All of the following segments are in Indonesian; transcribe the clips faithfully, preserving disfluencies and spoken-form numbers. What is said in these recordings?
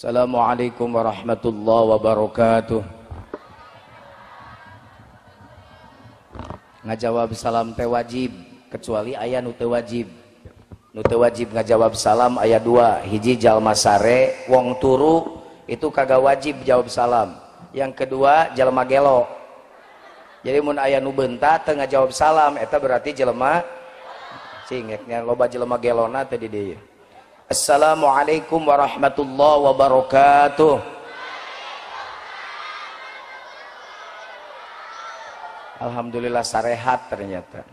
Assalamualaikum warahmatullahi wabarakatuh. Ngajawab salam teh wajib, kecuali aya nu teu wajib. Nu teu wajib ngajawab salam aya dua, hiji jalma sare wong turu itu kagak wajib jawab salam. Yang kedua jalma gelo. Jadi mun aya nu beunta teu ngajawab salam eta berarti jelema cingeknya loba jelema gelona teh di dieu. Assalamualaikum warahmatullahi wabarakatuh. Alhamdulillah sarehat ternyata.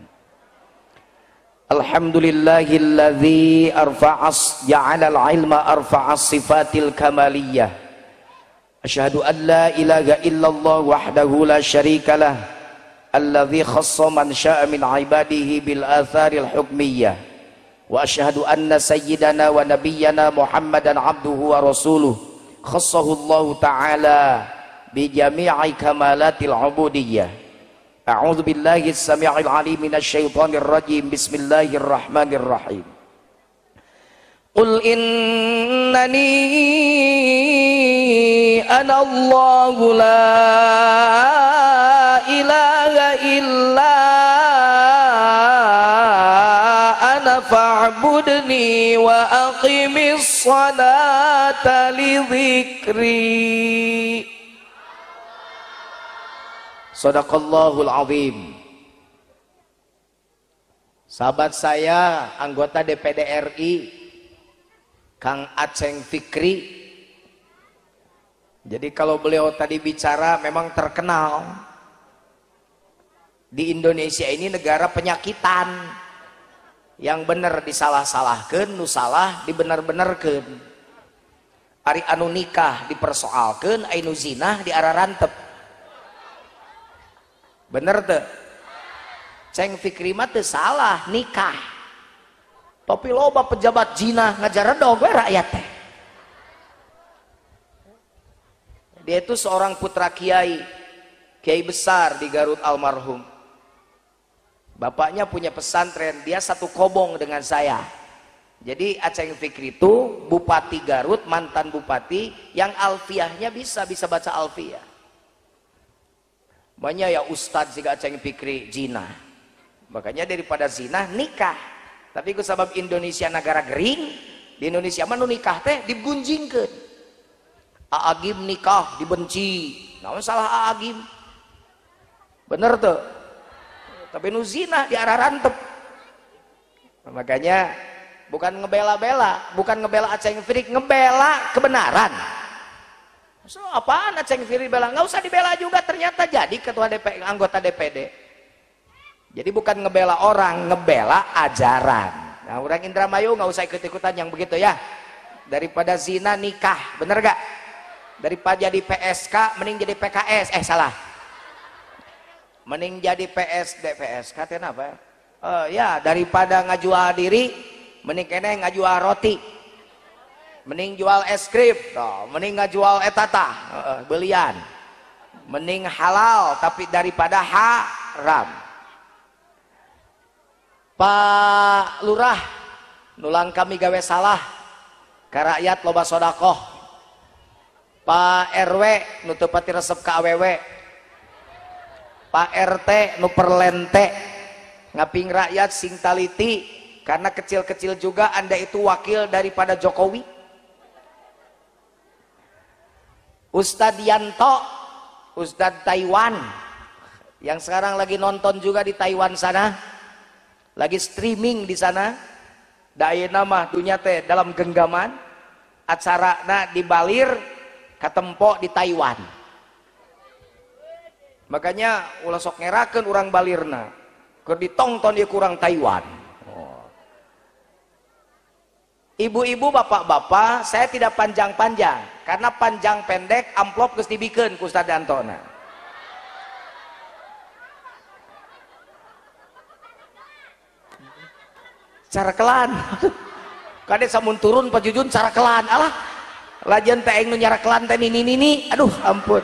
Alhamdulillahilladzi arfa'as ja'alal ilma arfa'as sifatil kamaliyah. Asyhadu an la ilaha illallah wahdahu la syarikalah. Alladzi khassa man syaa min ibadihi bil atharil hukmiyah. Wa asyhadu anna sayyidana wa nabiyyana Muhammadan abduhu wa rasuluh khassahu Allah ta'ala bi jami'i kamalatil ubudiyyah. A'udzu billahi as-sami'il 'alim minasy syaithanir rajim. Bismillahirrahmanirrahim. Qul innani ana Allahu la ilaha illa fa'budni wa aqimis salata li dzikri. Shadaqallahul azim. Sahabat saya anggota D P D R I Kang Aceng Fikri. Jadi kalau beliau tadi bicara memang terkenal di Indonesia ini negara penyakitan. Yang bener disalah-salahkeun, nu salah dibener-benerkeun. Ari anu nikah dipersoalkeun, ai nu zinah diararantep. Bener teu? Ceng Fikri mah teu salah nikah. Tapi loba pejabat zina ngajaredog we rakyat teh. Dia itu seorang putra kiai, kiai besar di Garut almarhum. Bapaknya punya pesantren, dia satu kobong dengan saya. Jadi Aceng Fikri itu Bupati Garut, mantan bupati yang alfiahnya bisa bisa baca alfiah. Banyak ya ustadz jika Aceng Fikri zina. Makanya daripada zina nikah. Tapi ku sabab Indonesia negara gering, di Indonesia mah nu nikah teh digunjingkeun. Aagim nikah dibenci. Namun salah Aagim. Bener tuh. Tapi nu zina diararantep. Makanya bukan ngebela-bela, bukan ngebela Aceng Fikri, ngebela kebenaran. So apaan Aceng Fikri bela? Nggak usah dibela juga, ternyata jadi ketua D P, anggota D P D. Jadi bukan ngebela orang, ngebela ajaran. Nah orang Indramayu nggak usah ikut-ikutan yang begitu ya. Daripada zina nikah, bener gak? Daripada jadi P S K mending jadi P K S. Eh salah. Mending jadi P S D P S K teh apa ya? Uh, ya daripada ngajual diri mending kene ngajual roti, mending jual es krim, toh mending ngajual etata uh, belian, mending halal tapi daripada haram. Pak Lurah nulang kami gawe salah ka rakyat loba sodakoh. Pak R W nutupati resep ka awewe. Pak R T nu perlente ngaping rakyat sing taliti karena kecil-kecil juga Anda itu wakil daripada Jokowi. Ustadz Yanto, Ustadz Taiwan yang sekarang lagi nonton juga di Taiwan sana, lagi streaming di sana. Dayeuna mah dunya teh dalam genggaman, acarana dibalir katempo di Taiwan. Makanya ulah sok ngerakeun urang balirna keur ditongton dia kurang Taiwan. Ibu-ibu, bapak-bapak, saya tidak panjang-panjang karena panjang pendek amplop geus dibikeun ku Ustaz Antona. Cara kelan. Kade samun turun pajujun cara kelan. Alah. Lajen teh aing nu nyara kelan teh nini-nini. Aduh, ampun.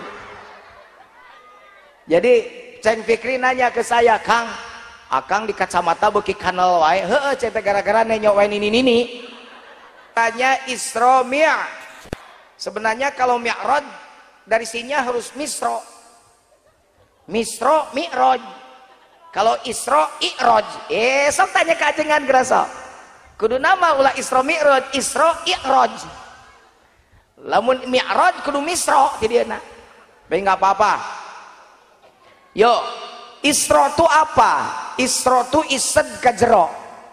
Jadi Ceng Fikri nanya ke saya, Kang, akang di kacamata beki kanal wae, heeh cete gara-gara nenyok wae nini-nini. Tanya Isra Mi'raj. Sebenarnya kalau mi'raj dari sininya harus misro. Misro mi'raj. Kalau isro i'raj. Eh sok tanya kajengan gerasa. Kudu nama ulah isro mi'raj, isro i'raj. Lamun mi'raj kudu misro ti dieuna. Bae enggak apa-apa. Yo, isro tu apa? Isro tu ised ka jero.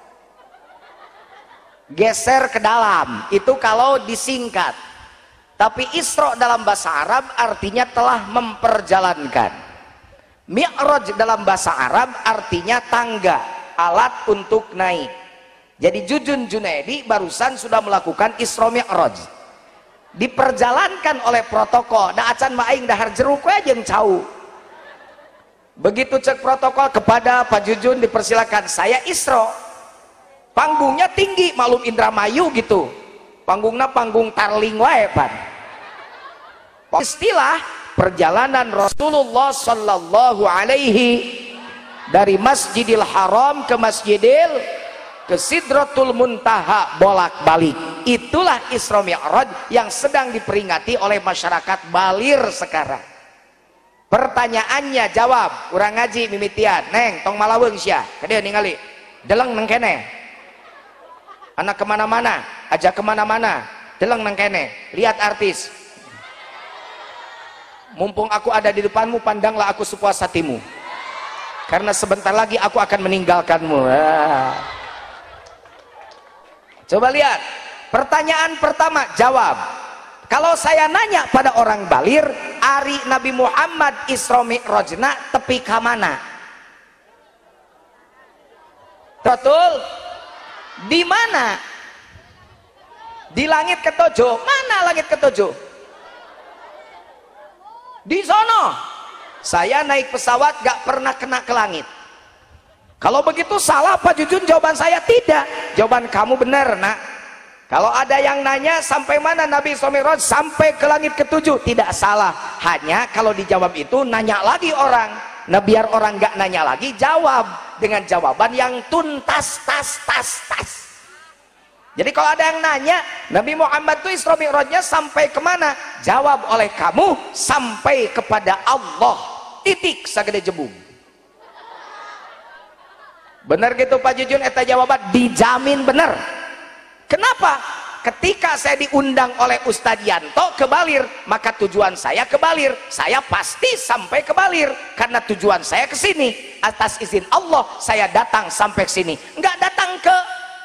Geser ke dalam. Itu kalau disingkat. Tapi isro dalam bahasa Arab artinya telah memperjalankan. Mi'raj dalam bahasa Arab artinya tangga, alat untuk naik. Jadi Jujun Junaidi barusan sudah melakukan Isra Mi'raj. Diperjalankan oleh protokol. Da acan mah aing dahar jeruk we jeung cau. Begitu cek protokol kepada Pak Jujun dipersilakan, saya Isra. Panggungnya tinggi, maklum Indramayu gitu. Panggungnya panggung tarling wae pan. Istilah perjalanan Rasulullah sallallahu alaihi dari Masjidil Haram ke Masjidil ke Sidratul Muntaha bolak-balik. Itulah Isra Mi'raj yang sedang diperingati oleh masyarakat Balir sekarang. Pertanyaannya jawab, urang ngaji mimitian, neng tong malaweung sia, kadeu ningali, deleng neng kene. Anak kemana-mana, ajak kemana-mana, deleng neng kene, lihat artis. Mumpung aku ada di depanmu, pandanglah aku sepuas hatimu. Karena sebentar lagi aku akan meninggalkanmu. Ah. Coba lihat, pertanyaan pertama jawab. Kalau saya nanya pada orang Balir, ari Nabi Muhammad Isra Mi'rajna tepi ka mana? Betul? Di mana? Di langit ketujuh. Mana langit ketujuh? Di sono. Saya naik pesawat gak pernah kena ke langit. Kalau begitu salah Pak Jujun, jawaban saya tidak. Jawaban kamu benar nak. Kalau ada yang nanya sampai mana Nabi Isra Mi'raj, sampai ke langit ketujuh, tidak salah. Hanya kalau dijawab itu nanya lagi orang. Nah biar orang gak nanya lagi, jawab dengan jawaban yang tuntas, tas, tas, tas. Jadi kalau ada yang nanya Nabi Muhammad itu Isra Mi'rajnya sampai kemana, jawab oleh kamu sampai kepada Allah, titik sagede jebung. Benar gitu Pak Jujun, eta jawaban dijamin benar. Kenapa? Ketika saya diundang oleh Ustadz Yanto ke Balir, maka tujuan saya ke Balir. Saya pasti sampai ke Balir karena tujuan saya ke sini. Atas izin Allah saya datang sampai ke sini. Enggak datang ke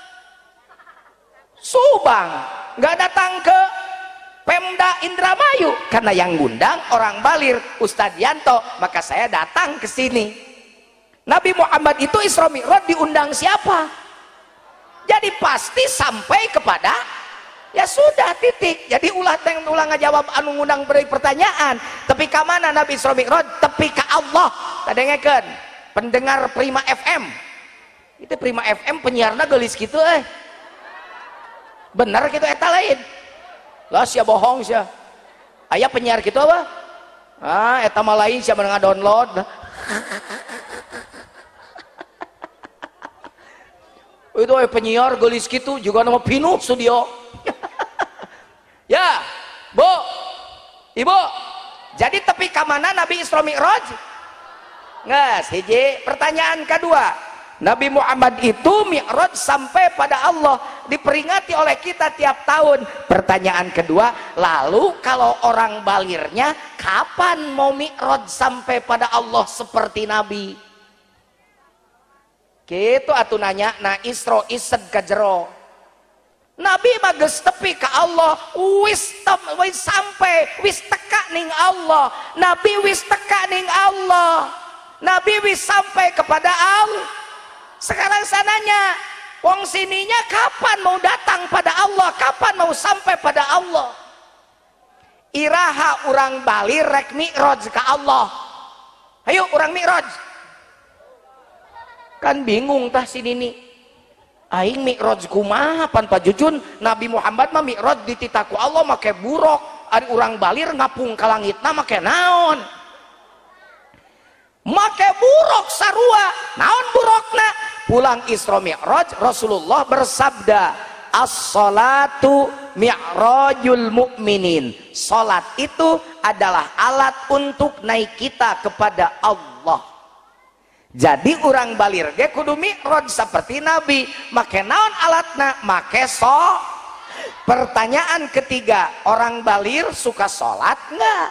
Subang, enggak datang ke Pemda Indramayu karena yang ngundang orang Balir, Ustadz Yanto, maka saya datang ke sini. Nabi Muhammad itu Isra Mi'raj diundang siapa? Jadi pasti sampai kepada, ya sudah titik. Jadi ulah teng ulah ngajawab anu ngundang beri pertanyaan. Tapi ka mana Nabi Isra Mi'raj? Tepi ka Allah. Tadengekeun pendengar Prima F M. Itu Prima F M penyiarna geulis kitu eh. Bener kitu eta lain. Lah sia bohong sia. Aya penyiar kitu apa? Ah eta mah lain sia menengah download. Itu eh, penyiar gelis gitu juga nama pinuh studio. Ya Bu, Ibu, jadi tepi kamana Nabi Isra Mi'raj? Nges, hiji. Pertanyaan kedua, Nabi Muhammad itu Mi'raj sampai pada Allah, diperingati oleh kita tiap tahun. Pertanyaan kedua, lalu kalau orang Balirnya kapan mau Mi'raj sampai pada Allah seperti Nabi? Gitu atuh nanya, nah Isra ised ka jero. Nabi mah geus tepi ka Allah, wis tem, wis sampai, wis teka ning Allah. Nabi wis teka ning Allah. Nabi wis sampai kepada Allah. Sekarang sananya, wong sininya kapan mau datang pada Allah? Kapan mau sampai pada Allah? Iraha urang Balir rek Mi'raj ka Allah. Ayo urang Mi'raj. Kan bingung tah sini nih, aing Mi'raj kumaha pan Pak Jujun? Nabi Muhammad mah Mi'raj dititaku Allah make buruk, ari urang Balir ngapung ka langitna make naon? Make buruk sarua. Naon burukna? Pulang Isra Mi'raj Rasulullah bersabda, as-salatu mi'rajul mu'minin. Salat itu adalah alat untuk naik kita kepada Allah. Jadi orang balir ge kudu mi'raj seperti Nabi. Make naon alatna? Make so. Pertanyaan ketiga, orang balir suka salat enggak?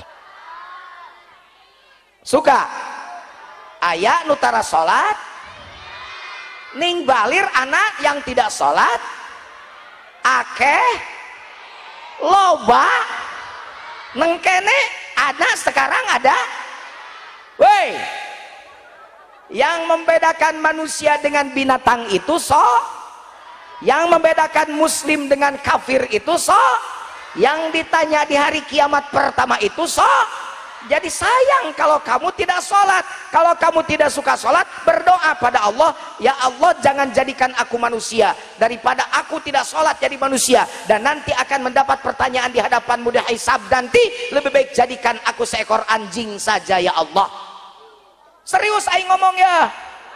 Suka? Aya nu tara salat ning balir anak yang tidak salat akeh loba nengkene ada sekarang ada. Woi, yang membedakan manusia dengan binatang itu so, yang membedakan muslim dengan kafir itu so, yang ditanya di hari kiamat pertama itu so. Jadi sayang kalau kamu tidak sholat. Kalau kamu tidak suka sholat, berdoa pada Allah, ya Allah jangan jadikan aku manusia, daripada aku tidak sholat jadi manusia dan nanti akan mendapat pertanyaan di hadapanmu di hisab nanti, lebih baik jadikan aku seekor anjing saja ya Allah. Serius aing ngomong ya.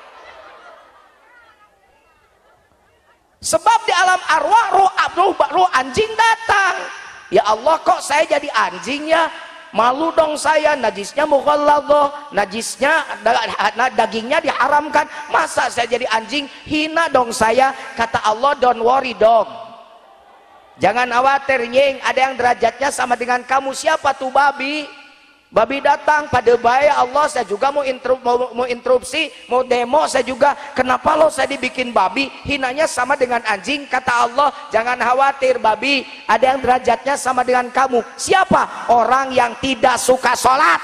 Sebab di alam arwah ruh, ruh, ruh anjing datang. Ya Allah, kok saya jadi anjing ya? Malu dong saya, najisnya mughalladhah, najisnya dagingnya diharamkan, masa saya jadi anjing? Hina dong saya. Kata Allah, don't worry dong, jangan khawatir nying, ada yang derajatnya sama dengan kamu. Siapa tuh? Babi. Babi datang pada baik Allah, saya juga mau, intru, mau, mau interupsi, mau demo, saya juga. Kenapa lo saya dibikin babi? Hinanya sama dengan anjing. Kata Allah, jangan khawatir babi, ada yang derajatnya sama dengan kamu. Siapa? Orang yang tidak suka sholat.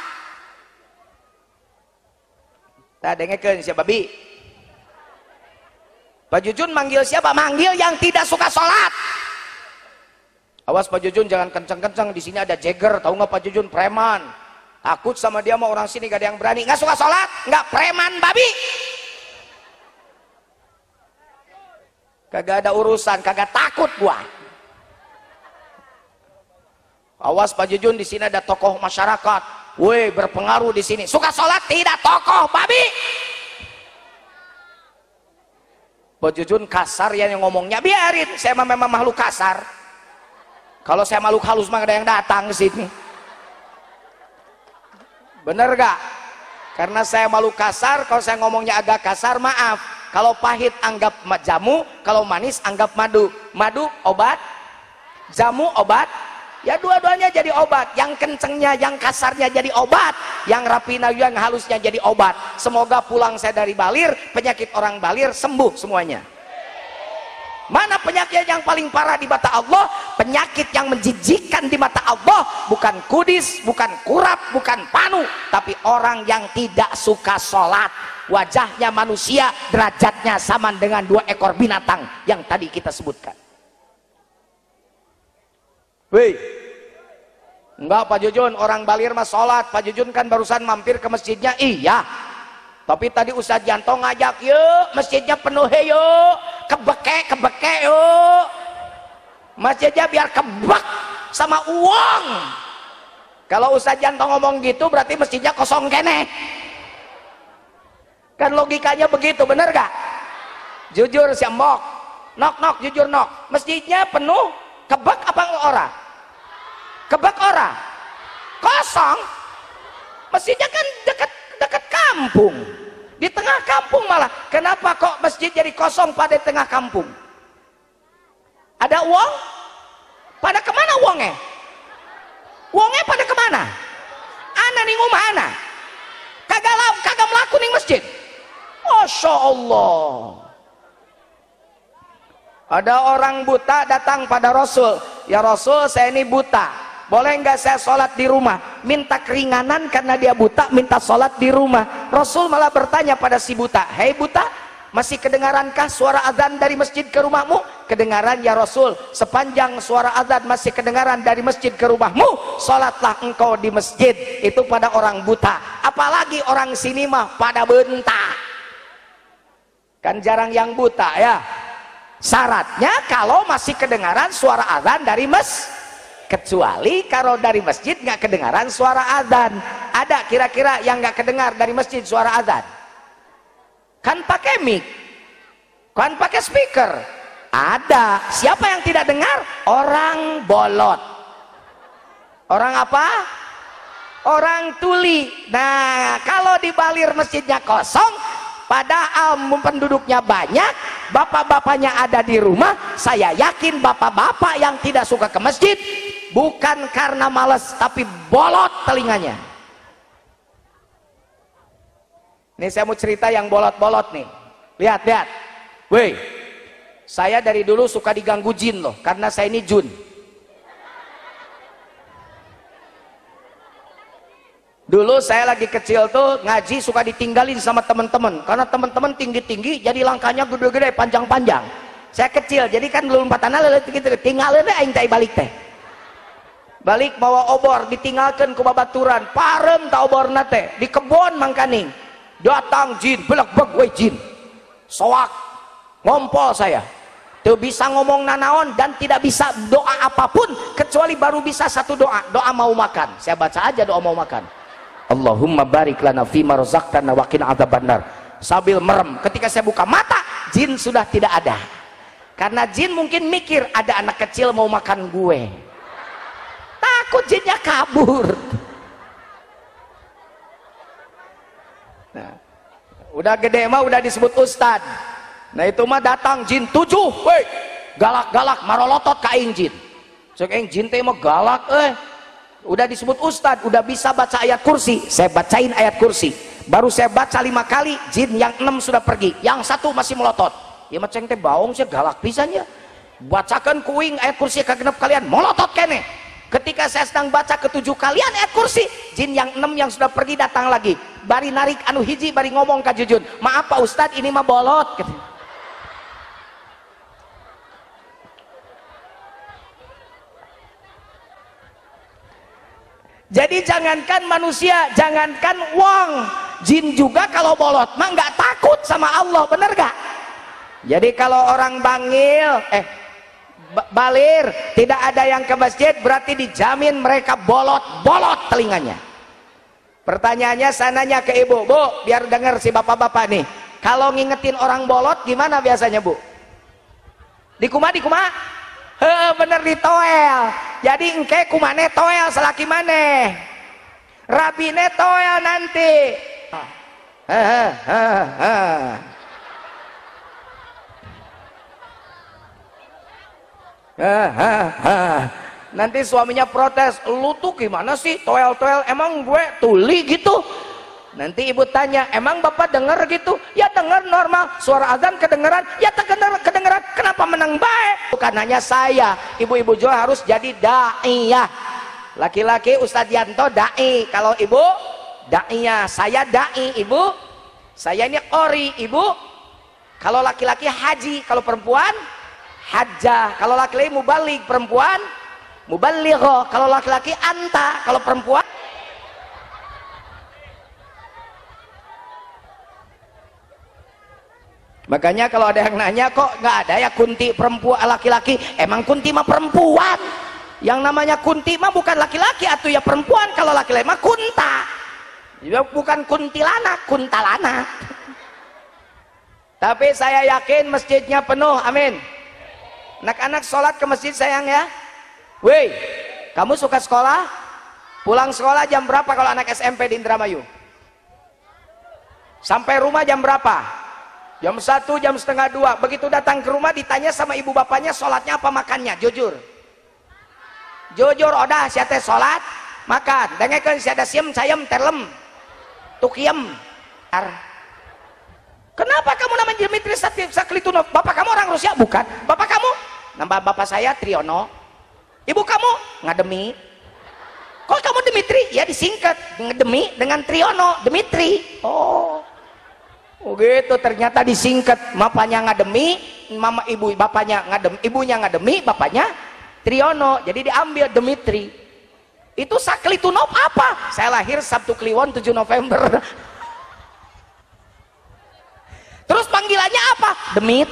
Nah, dengerin siapa babi? Pak Jujun manggil siapa? Manggil yang tidak suka sholat. Awas Pak Jujun, jangan kenceng-kenceng, di sini ada Jagger, tahu nggak Pak Jujun? Preman. Takut sama dia, mau orang sini gak ada yang berani. Nggak suka sholat, nggak, preman babi. Kagak ada urusan, kagak takut gua. Awas Pak Jujun, di sini ada tokoh masyarakat, woi berpengaruh di sini. Suka sholat tidak, tokoh babi. Pak Jujun kasar ya yang ngomongnya, biarin, saya memang makhluk kasar. Kalau saya makhluk halus mah ada yang datang ke sini. Bener gak? Karena saya makhluk kasar, kalau saya ngomongnya agak kasar maaf. Kalau pahit anggap jamu, kalau manis anggap madu. Madu obat, jamu obat, ya dua-duanya jadi obat. Yang kencengnya, yang kasarnya jadi obat, yang rapina, yang halusnya jadi obat. Semoga pulang saya dari balir, penyakit orang balir sembuh semuanya. Mana penyakit yang paling parah di mata Allah? Penyakit yang menjijikkan di mata Allah bukan kudis, bukan kurap, bukan panu, tapi orang yang tidak suka sholat. Wajahnya manusia, derajatnya sama dengan dua ekor binatang yang tadi kita sebutkan. Wih, enggak Pak Jujun, orang balir mah sholat. Pak Jujun kan barusan mampir ke masjidnya. Iya, tapi tadi Ustadz Janto ngajak, yuk masjidnya penuh yuk, kebeke kebeke yuk, masjidnya biar kebak sama uang. Kalau Ustadz Janto ngomong gitu berarti masjidnya kosong kene. Kan logikanya begitu, bener gak? Jujur si mbok, nok nok jujur nok, masjidnya penuh, kebak apa ora? Kebak ora? Kosong. Masjidnya kan dekat dekat kampung, di tengah kampung malah. Kenapa kok masjid jadi kosong pada tengah kampung? Ada uang? Pada kemana uangnya? Uangnya pada kemana? Ana nih ngumah ana kagak lau kagak melaku nih masjid. Masya Allah. Ada orang buta datang pada Rasul, ya Rasul saya ini buta, boleh nggak saya sholat di rumah? Minta keringanan karena dia buta, minta sholat di rumah. Rasul malah bertanya pada si buta, hei buta, masih kedengarankah suara azan dari masjid ke rumahmu? Kedengaran ya Rasul. Sepanjang suara azan masih kedengaran dari masjid ke rumahmu, sholatlah engkau di masjid. Itu pada orang buta. Apalagi orang sini mah pada bentak. Kan jarang yang buta ya. Syaratnya kalau masih kedengaran suara azan dari masjid. Kecuali kalau dari masjid nggak kedengaran suara azan. Ada kira-kira yang nggak kedengar dari masjid suara azan? Kan pakai mic, kan pakai speaker, Ada. Siapa yang tidak dengar? Orang bolot. Orang apa? Orang tuli. Nah, kalau di Balir masjidnya kosong, padahal penduduknya banyak, bapak-bapaknya ada di rumah, saya yakin bapak-bapak yang tidak suka ke masjid bukan karena malas, tapi bolot telinganya. Ini saya mau cerita yang bolot-bolot nih. Lihat, lihat. Woi, saya dari dulu suka diganggu jin loh, karena saya ini jun. Dulu saya lagi kecil tuh ngaji suka ditinggalin sama teman-teman, karena teman-teman tinggi-tinggi jadi langkahnya gede-gede, panjang-panjang. Saya kecil, jadi kan belum empatan lalu gitu, tinggalin deh aing teh balik teh. Balik bawa obor, ditinggalkan ke babaturan, parem tak obor nate, di kebon mangkaning. Datang jin, belak-belak we jin. Soak, ngompol saya. Tuh bisa ngomong nanaon dan tidak bisa doa apapun kecuali baru bisa satu doa, doa mau makan. Saya baca aja doa mau makan. Allahumma barik lana fima razaqtana wa qina adzabannar. Sambil merem, ketika saya buka mata, jin sudah tidak ada. Karena jin mungkin mikir ada anak kecil mau makan gue. Takut jinnya kabur. Nah, udah gede mah udah disebut ustad. Nah itu mah datang jin tujuh, weh, galak-galak marolotot ka aing jin. Cek aing jin teh mah galak eh. Udah disebut ustad, udah bisa baca ayat kursi, saya bacain ayat kursi. Baru saya baca lima kali, jin yang enam sudah pergi, yang satu masih melotot. Ya macam teh baung sih galak pisannya. Bacakan kuing ayat kursi kagenep kalian, melotot kene. Ketika saya sedang baca ketujuh kalian ayat kursi, jin yang enam yang sudah pergi datang lagi. Bari narik anu hiji, bari ngomong ka jujun, maaf Pak Ustad, ini mah bolot. Jadi jangankan manusia, jangankan wong, jin juga kalau bolot mah nggak takut sama Allah, bener gak? Jadi kalau orang bangil, eh balir, tidak ada yang ke masjid, berarti dijamin mereka bolot-bolot telinganya. Pertanyaannya sananya ke ibu, bu, biar denger si bapak-bapak nih. Kalau ngingetin orang bolot gimana biasanya bu? Dikuma, dikuma? Heh, bener di toel. Jadi engke kumane toel selaki maneh. Rabine toel nanti. Heh, heh, heh. Heh, heh, heh. Nanti suaminya protes, lu tuh gimana sih toel-toel, emang gue tuli gitu? Nanti ibu tanya, emang bapak denger gitu? Ya denger normal, suara azan kedengeran, ya kedengeran, kedengeran. Kenapa menang baik? Bukan hanya saya, ibu-ibu juga harus jadi da'iyah. Laki-laki Ustadz Yanto da'i, kalau ibu da'iyah. Saya da'i, ibu saya ini qori, ibu. Kalau laki-laki haji, kalau perempuan hajjah. Kalau laki-laki mubalik, perempuan mubaligho. Kalau laki-laki anta, kalau perempuan. Makanya kalau ada yang nanya kok nggak ada ya kunti perempuan laki-laki, emang kunti mah perempuan. Yang namanya kunti mah bukan laki-laki atau ya perempuan. Kalau laki-laki mah kunta, ya, bukan kuntilanak, kuntalana. Tapi saya yakin masjidnya penuh, amin. Anak-anak sholat ke masjid sayang ya. Woi, kamu suka sekolah? Pulang sekolah jam berapa kalau anak S M P di Indramayu? Sampai rumah jam berapa? Jam satu, jam setengah dua. Begitu datang ke rumah ditanya sama ibu bapaknya sholatnya apa makannya, jujur. Jujur, odah siate sholat, makan. Dengekeun siada siem, cayem, terlem, tukiem. Kenapa kamu namanya Dimitri Saklitunov? Bapak kamu orang Rusia? Bukan. Bapak kamu? Nama bapak saya Triono. Ibu kamu? Ngademi. Kok kamu Dimitri? Ya disingkat. Ngedemi dengan Triono, Dimitri. Oh. Oh gitu, ternyata disingkat. Bapaknya ngademi, mama ibu bapaknya ngadem, ibunya ngademi, bapaknya Triono. Jadi diambil Dimitri. Itu Saklitunov apa? Saya lahir Sabtu Kliwon tujuh November. Terus panggilannya apa? Demit.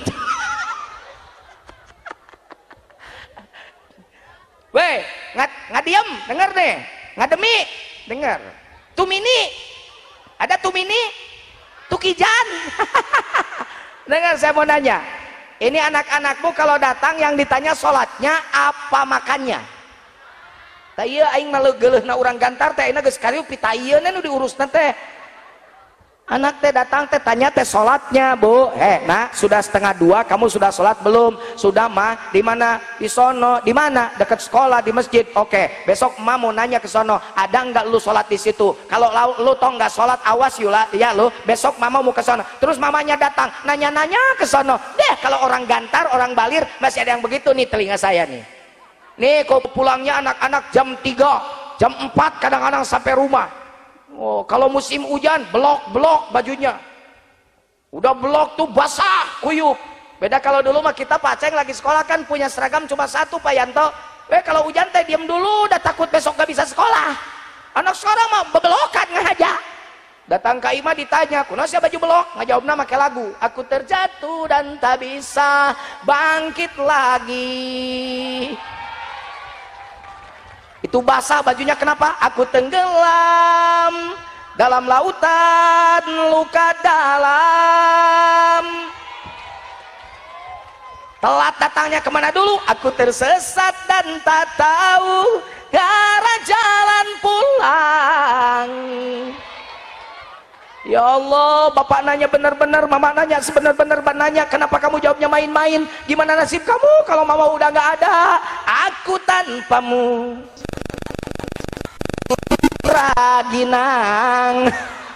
Weh, ngad ngadiem, denger deh. Ngademi, denger. Tumini, ada Tumini, Tukijan. Dengar saya mau nanya, Ini anak-anakmu kalau datang yang ditanya sholatnya apa makannya. Tah ieu aing mah geuleuhna urang gantar teh ayeuna geus karieu pita ieu nu diurusna teh. Anak teh datang teh tanya teh sholatnya bu, eh nak sudah setengah dua kamu sudah sholat belum? Sudah mah, di mana? Di sono, di mana? Dekat sekolah di masjid. Oke, besok emak mau nanya ke sono, ada nggak lu sholat di situ? Kalau lu tong nggak sholat awas yula, ya lu besok mama mau ke sono. Terus mamanya datang nanya-nanya ke sono. Deh kalau orang gantar, orang balir masih ada yang begitu nih telinga saya nih. Nih kok pulangnya anak-anak jam tiga, jam empat kadang-kadang sampai rumah. Oh, kalau musim hujan blok-blok bajunya udah blok tuh basah kuyup. Beda kalau dulu mah kita paceng lagi sekolah kan punya seragam cuma satu Pak Yanto. Eh kalau hujan teh diem dulu udah takut besok gak bisa sekolah. Anak sekarang mah bebelokan ngahaja. Datang ke imah ditanya kunaon sia baju belok, ngajawabna make lagu aku terjatuh dan tak bisa bangkit lagi. Itu basah bajunya kenapa? Aku tenggelam dalam lautan luka dalam. Telat datangnya kemana dulu? Aku tersesat dan tak tahu ke arah jalan pulang. Ya Allah, bapak nanya benar-benar, mama nanya sebenar-benar, nanya kenapa kamu jawabnya main-main? Gimana nasib kamu kalau mama udah nggak ada? Aku tanpamu raginang.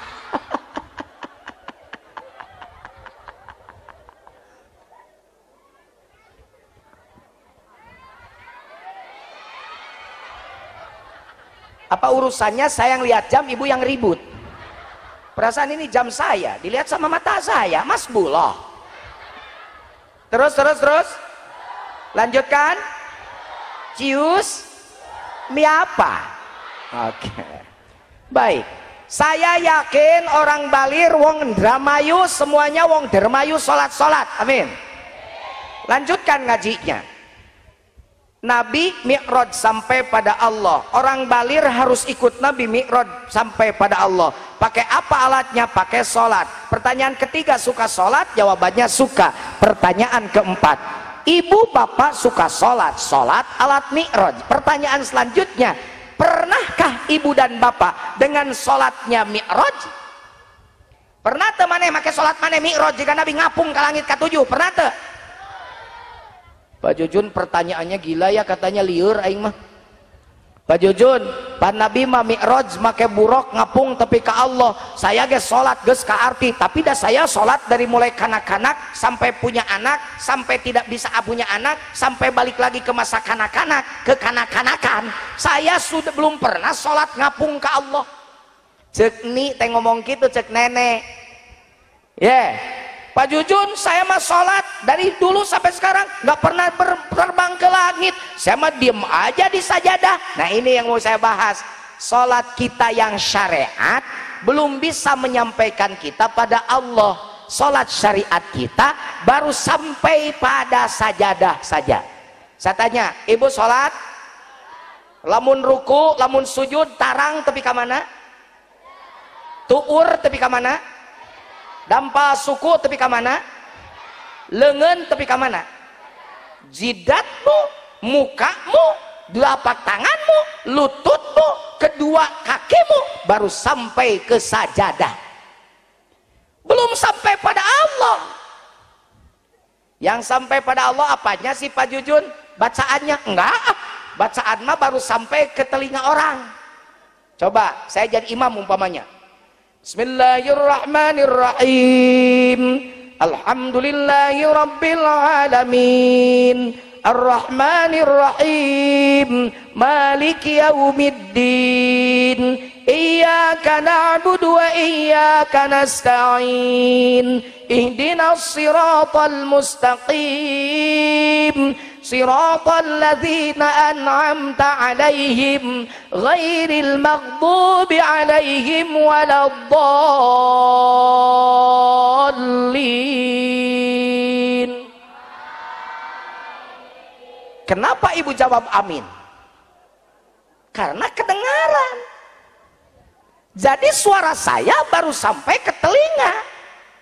Apa urusannya saya yang lihat jam, ibu yang ribut? Perasaan ini jam saya, dilihat sama mata saya, Mas Buloh. Terus, terus, terus. Lanjutkan. Cius. Mi apa? Oke. Baik. Saya yakin orang Balir, wong Indramayu, semuanya wong Dermayu sholat-sholat. Amin. Lanjutkan ngajinya. Nabi Mi'raj sampai pada Allah. Orang Balir harus ikut Nabi Mi'raj sampai pada Allah. Pakai apa alatnya? Pakai sholat. Pertanyaan ketiga, suka sholat? Jawabannya suka. Pertanyaan keempat, ibu bapak suka sholat? Sholat alat Mi'raj. Pertanyaan selanjutnya, pernahkah ibu dan bapak dengan sholatnya Mi'raj? Pernah temannya pakai sholat mana Mi'raj jika Nabi ngapung ke langit ketujuh? Pernah te? Pak Jujun pertanyaannya gila ya, katanya liur aing mah. Pak Jujun, Pak Nabi mah Mi'raj make buruk ngapung tapi ke Allah. Saya ge salat geus ka arti, tapi dah saya salat dari mulai kanak-kanak sampai punya anak, sampai tidak bisa punya anak, sampai balik lagi ke masa kanak-kanak, ke kanak-kanakan. Saya sudah belum pernah salat ngapung ke Allah. Cek ni teh ngomong gitu, cek nenek. Ya. Yeah. Pak Jujun, saya mah sholat dari dulu sampai sekarang nggak pernah terbang ke langit. Saya mah diem aja di sajadah. Nah ini yang mau saya bahas. Sholat kita yang syariat belum bisa menyampaikan kita pada Allah. Sholat syariat kita baru sampai pada sajadah saja. Saya tanya, ibu sholat? Lamun ruku, lamun sujud, tarang tepi ke mana? Tuur tepi ke mana? Dampal suku tepi ke mana? Lengan tepi ke mana? Jidatmu, mukamu, telapak tanganmu, lututmu, kedua kakimu baru sampai ke sajadah. Belum sampai pada Allah. Yang sampai pada Allah apanya sih Pak Jujun? Bacaannya? Enggak. Bacaan mah baru sampai ke telinga orang. Coba saya jadi imam umpamanya. Bismillahirrahmanirrahim. Alhamdulillahi rabbil alamin. Ar-Rahmanirrahim. Maliki yaumiddin. Iyyaka na'budu wa iyyaka nasta'in. Ihdinas siratal mustaqim. Siratal ladzina an'amta 'alaihim ghairil maghdubi 'alaihim waladdallin. Kenapa ibu jawab amin? Karena kedengaran. Jadi suara saya baru sampai ke telinga.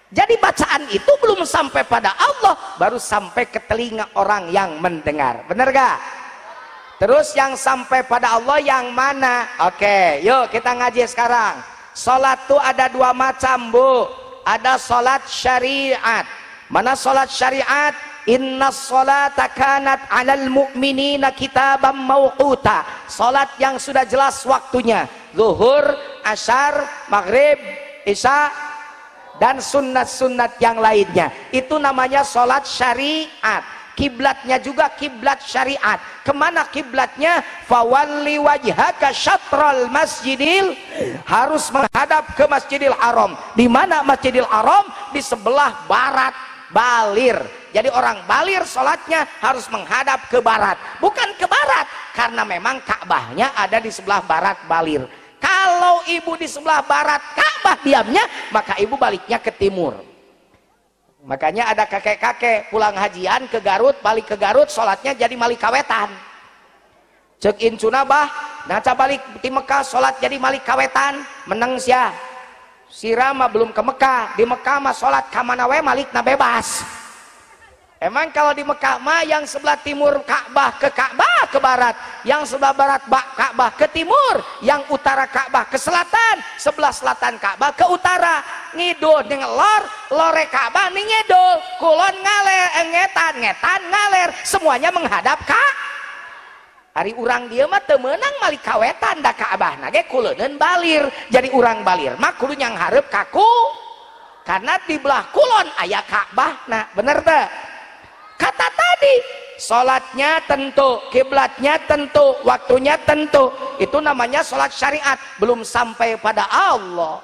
Jadi bacaan itu belum sampai pada Allah, baru sampai ke telinga orang yang mendengar. Benar gak? Terus yang sampai pada Allah yang mana? Oke, yuk kita ngaji sekarang. Salat tuh ada dua macam, Bu. Ada salat syariat. Mana salat syariat? Inna sholata kanat alal mu'minina kitabam mauquta. Salat yang sudah jelas waktunya. Zuhur, asyar, maghrib, isya, dan sunnat-sunnat yang lainnya. Itu namanya salat syariat. Kiblatnya juga kiblat syariat. Kemana kiblatnya? Fawalli wajhaka syatrul masjidil, harus menghadap ke Masjidil Haram. Di mana Masjidil Haram? Di sebelah barat balir. Jadi orang balir sholatnya harus menghadap ke barat, bukan ke barat, karena memang Ka'bahnya ada di sebelah barat balir. Kalau ibu di sebelah barat Ka'bah diamnya, maka ibu baliknya ke timur. Makanya ada kakek-kakek pulang hajian ke Garut, balik ke Garut, sholatnya jadi malikawetan. Cek incuna bah, naca balik di Mekah, sholat jadi malikawetan, menang sia. Sirama belum ke Mekah, di Mekah mah sholat kamana we malik na bebas. Emang kalau di Mekah mah yang sebelah timur Ka'bah ke Ka'bah ke barat, yang sebelah barat Ka'bah ke timur, yang utara Ka'bah ke selatan, sebelah selatan Ka'bah ke utara. Ngidul ning lor, lore Ka'bah ning ngidul, kulon ngaler, ngetan, ngetan ngaler, semuanya menghadap Ka'bah. Hari urang dia mah teu meunang malik kawetan da Ka'bah na ge kuleuneun balir. Jadi urang balir mah kudu nyang hareup kaku, karena di belah kulon aya Ka'bah. Nah, bener teh? Kata tadi, sholatnya tentu, kiblatnya tentu, waktunya tentu. Itu namanya sholat syariat, belum sampai pada Allah.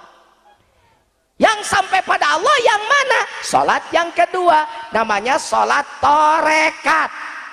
Yang sampai pada Allah yang mana? Sholat yang kedua, namanya sholat torekat.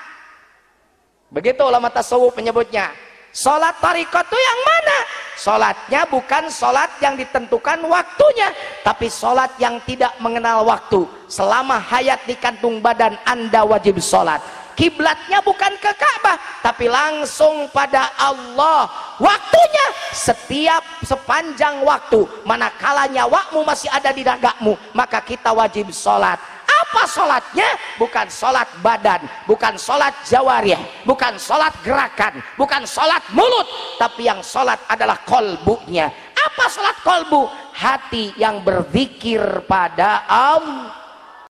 Begitu ulama tasawuf menyebutnya. Sholat tarekat itu yang mana? Sholatnya bukan sholat yang ditentukan waktunya, tapi sholat yang tidak mengenal waktu. Selama hayat di kantung badan Anda wajib sholat. Kiblatnya bukan ke Ka'bah, tapi langsung pada Allah. Waktunya setiap sepanjang waktu, manakala nyawamu masih ada di dadamu, maka kita wajib sholat. Apa sholatnya? Bukan sholat badan, bukan sholat jawarih, bukan sholat gerakan, bukan sholat mulut, tapi yang sholat adalah kolbunya. Apa sholat kolbu? Hati yang berzikir pada Allah.